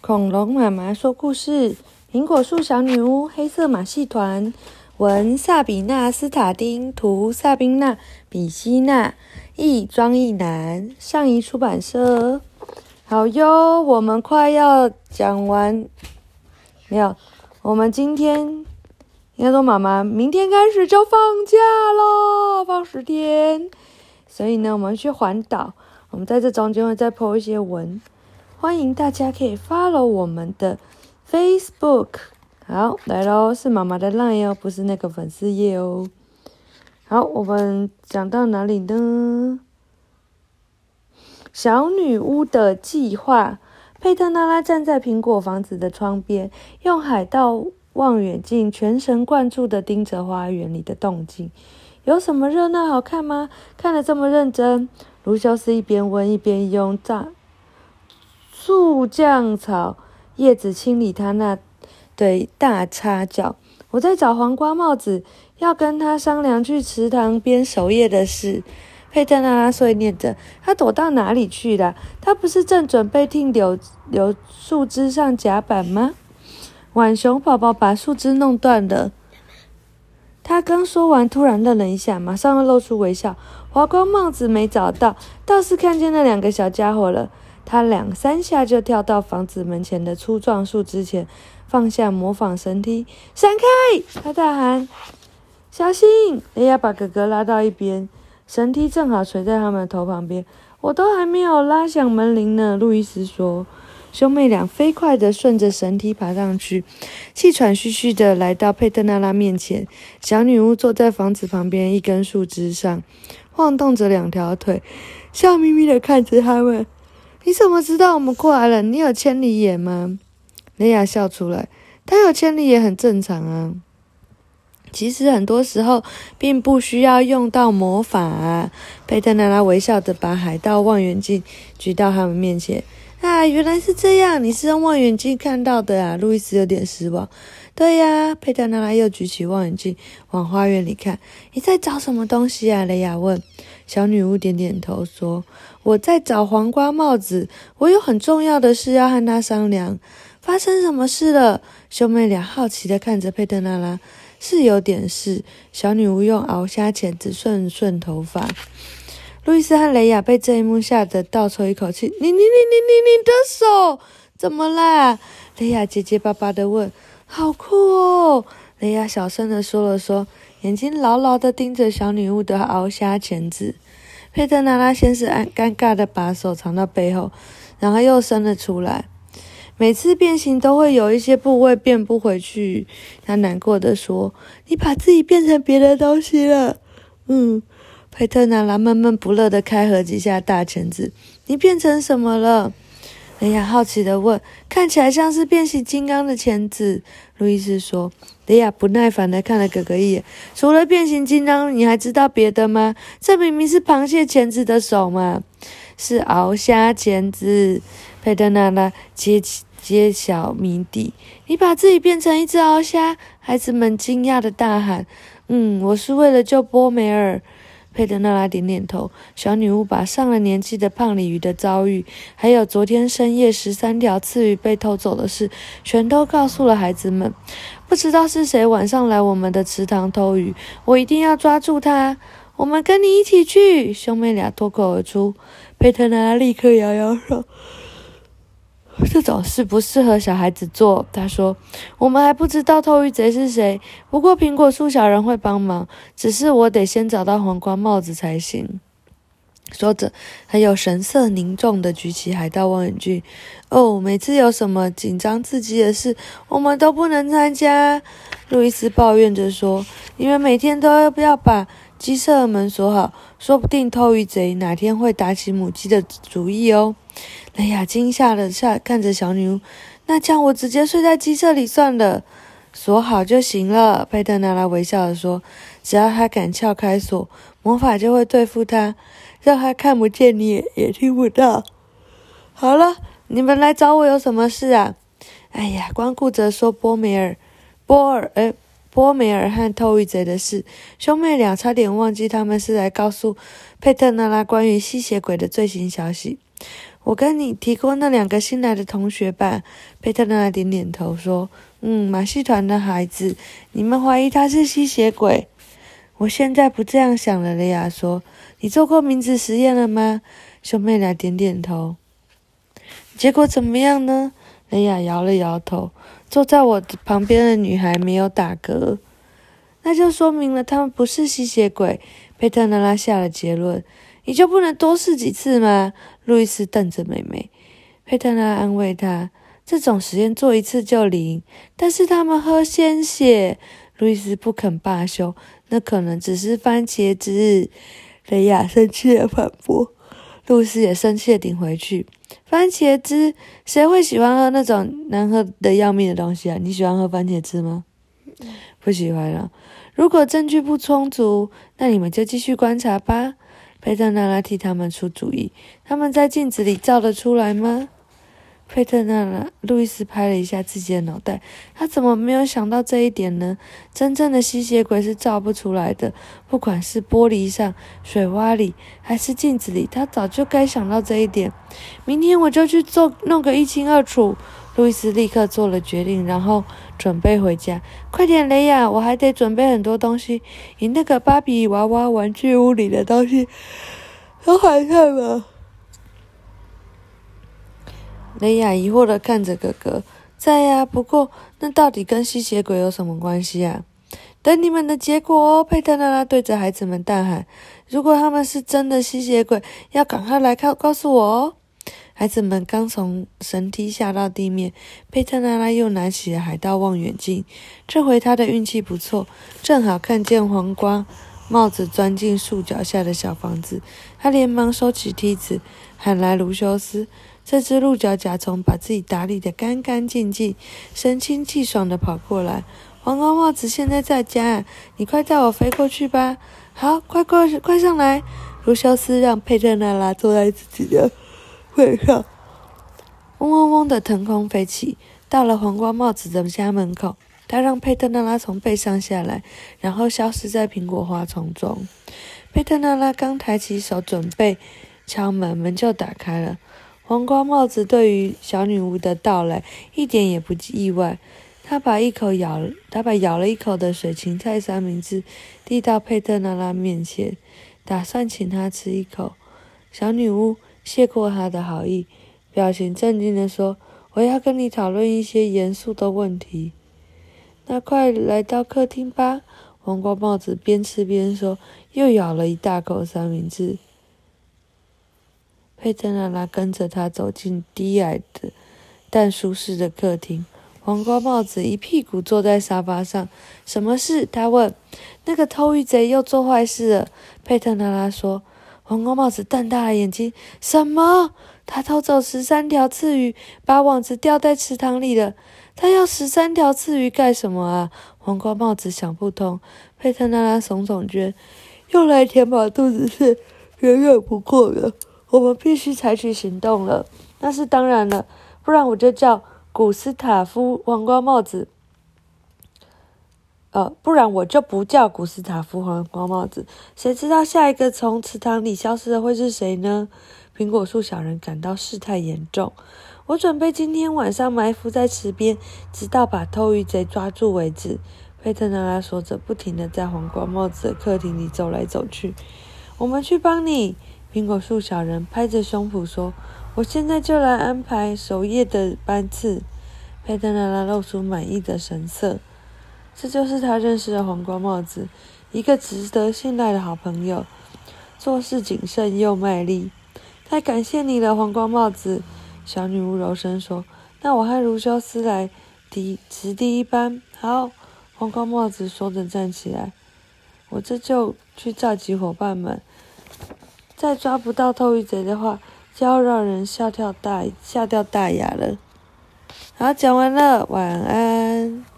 恐龙妈妈说故事，苹果树小女巫，黑色马戏团，文萨比娜·斯塔丁，图萨宾娜·比希纳，译庄义南，上译出版社。好哟，我们快要讲完，没有，我们今天应该说妈妈明天开始就放假咯，放10天，所以呢，我们去环岛，我们在这中间会再 po 一些文。欢迎大家可以 follow 我们的 Facebook。好，来咯，是妈妈的 LINE 哦，不是那个粉丝页哦。好，我们讲到哪里呢？小女巫的计划。佩特娜拉站在苹果房子的窗边，用海盗望远镜全神贯注地盯着花园里的动静。有什么热闹好看吗？看得这么认真。卢修斯一边问一边用树浆草叶子清理他那对大插脚。我在找黄瓜帽子，要跟他商量去池塘边守夜的事。佩特娜拉碎念着，他躲到哪里去了？他不是正准备替柳树枝上夹板吗？浣熊宝宝把树枝弄断了。他刚说完，突然愣了一下，马上又露出微笑。黄瓜帽子没找到，倒是看见那2个小家伙了。他2、3下就跳到房子门前的粗壮树枝前，放下模仿绳梯，闪开！他大喊：“小心！”雷亚把哥哥拉到一边，绳梯正好垂在他们的头旁边。我都还没有拉响门铃呢，路易斯说。兄妹俩飞快地顺着绳梯爬上去，气喘吁吁地来到佩特娜拉面前。小女巫坐在房子旁边一根树枝上，晃动着2条腿，笑眯眯地看着他们。你怎么知道我们过来了？你有千里眼吗？雷亚笑出来，他有千里眼很正常啊。其实很多时候并不需要用到魔法啊。佩特娜拉微笑地把海盗望远镜举到他们面前。啊，原来是这样，你是用望远镜看到的啊。路易斯有点失望。对呀，佩特娜拉又举起望远镜往花园里看。你在找什么东西啊？雷亚问。小女巫点点头说，我在找黄瓜帽子，我有很重要的事要和他商量。发生什么事了？兄妹俩好奇地看着佩特娜拉。是有点事。小女巫用鳌虾钳子顺头发。路易斯和雷亚被这一幕吓得倒抽一口气。你的手怎么啦？雷亚结结巴巴地问。好酷哦！雷亚小声地说了说，眼睛牢牢地盯着小女巫的鳌虾钳子。佩特娜拉先是尴尬地把手藏到背后，然后又伸了出来。每次变形都会有一些部位变不回去，她难过地说，你把自己变成别的东西了。佩特娜拉闷闷不乐地开合几下大钳子。你变成什么了？雷亚好奇地问。看起来像是变形金刚的钳子，路易斯说。雷亚不耐烦地看了哥哥一眼。除了变形金刚，你还知道别的吗？这明明是螃蟹钳子的手嘛。是鳌虾钳子。佩特娜拉揭晓谜底。你把自己变成一只鳌虾？孩子们惊讶地大喊。我是为了救波梅尔。佩特娜拉点点头。小女巫把上了年纪的胖鲤鱼的遭遇，还有昨天深夜13条刺鱼被偷走的事，全都告诉了孩子们。不知道是谁晚上来我们的池塘偷鱼，我一定要抓住他。我们跟你一起去！兄妹俩脱口而出。佩特娜拉立刻摇摇手。这种事不适合小孩子做，他说。我们还不知道偷鱼贼是谁，不过苹果树小人会帮忙，只是我得先找到黄瓜帽子才行。说着，很有神色凝重地举起海盗望远镜。每次有什么紧张刺激的事，我们都不能参加。路易斯抱怨着说，你们每天都要把鸡舍门锁好，说不定偷鱼贼哪天会打起母鸡的主意哦。雷亚惊吓了看着小女巫。那这样我直接睡在鸡舍里算了。锁好就行了，佩特娜拉微笑地说。只要他敢撬开锁，魔法就会对付他，让他看不见你也听不到。好了，你们来找我有什么事啊？哎呀，光顾着说波梅尔和偷鱼贼的事，兄妹俩差点忘记他们是来告诉佩特娜拉关于吸血鬼的最新消息。 我跟你提过那2个新来的同学吧？佩特娜拉点点头说，马戏团的孩子，你们怀疑他是吸血鬼？我现在不这样想了，雷亚说。你做过名字实验了吗？兄妹俩点点头。结果怎么样呢？雷亚摇了摇头。坐在我旁边的女孩没有打嗝。那就说明了他们不是吸血鬼。佩特娜拉下了结论。你就不能多试几次吗？路易斯瞪着妹妹。佩特娜拉安慰她，这种实验做1次就灵，但是他们喝鲜血。路易斯不肯罢休，那可能只是番茄汁。雷亚生气地反驳。路易斯也生气地顶回去，番茄汁，谁会喜欢喝那种难喝的要命的东西啊？你喜欢喝番茄汁吗？不喜欢啊。如果证据不充足，那你们就继续观察吧。佩特娜拉替他们出主意。他们在镜子里照得出来吗？佩特娜拉，路易斯拍了一下自己的脑袋，他怎么没有想到这一点呢？真正的吸血鬼是照不出来的，不管是玻璃上、水洼里，还是镜子里，他早就该想到这一点。明天我就去弄个一清二楚。路易斯立刻做了决定，然后准备回家。快点，雷亚，我还得准备很多东西。你那个芭比娃娃玩具屋里的东西都还在吗？雷亚疑惑地看着哥哥。在呀，不过那到底跟吸血鬼有什么关系啊？等你们的结果哦！佩特娜拉对着孩子们大喊：“如果他们是真的吸血鬼，要赶快来告诉我哦！”孩子们刚从绳梯下到地面，佩特娜拉又拿起了海盗望远镜。这回她的运气不错，正好看见黄瓜帽子钻进树脚下的小房子。她连忙收起梯子，喊来卢修斯。这只鹿角甲虫把自己打理得干干净净，神清气爽地跑过来。黄瓜帽子现在在家，你快带我飞过去吧。好，快上来！卢修斯让佩特娜拉坐在自己的背上。嗡嗡嗡的腾空飞起，到了黄瓜帽子的家门口，他让佩特娜拉从背上下来，然后消失在苹果花丛中。佩特娜拉刚抬起手准备敲门，门就打开了。黄瓜帽子对于小女巫的到来一点也不意外，他把咬了一口的水芹菜三明治递到佩特娜拉面前，打算请她吃一口。小女巫谢过他的好意，表情镇定地说：“我要跟你讨论一些严肃的问题。”那快来到客厅吧。黄瓜帽子边吃边说，又咬了一大口三明治。佩特娜拉跟着他走进低矮的但舒适的客厅。黄瓜帽子一屁股坐在沙发上。什么事？他问。那个偷鱼贼又做坏事了。佩特娜拉说。黄瓜帽子瞪大了眼睛。什么？他偷走13条刺鱼，把网子吊在池塘里了。他要13条刺鱼干什么啊？黄瓜帽子想不通。佩特娜拉耸耸肩，用来填饱肚子是远远不够的。我们必须采取行动了。那是当然了，不然我就叫古斯塔夫黄瓜帽子。不然我就不叫古斯塔夫黄瓜帽子。谁知道下一个从池塘里消失的会是谁呢？苹果树小人感到事态严重。我准备今天晚上埋伏在池边，直到把偷鱼贼抓住为止。佩特娜拉说着，不停地在黄瓜帽子的客厅里走来走去。我们去帮你。苹果树小人拍着胸脯说：“我现在就来安排守夜的班次。”佩特娜拉露出满意的神色。这就是他认识的黄瓜帽子，一个值得信赖的好朋友，做事谨慎又卖力。太感谢你了，黄瓜帽子。小女巫柔声说：“那我和卢修斯来值第一班。”好，黄瓜帽子说着站起来。我这就去召集伙伴们。再抓不到偷鱼贼的话，就要让人吓掉大牙了。好，讲完了，晚安。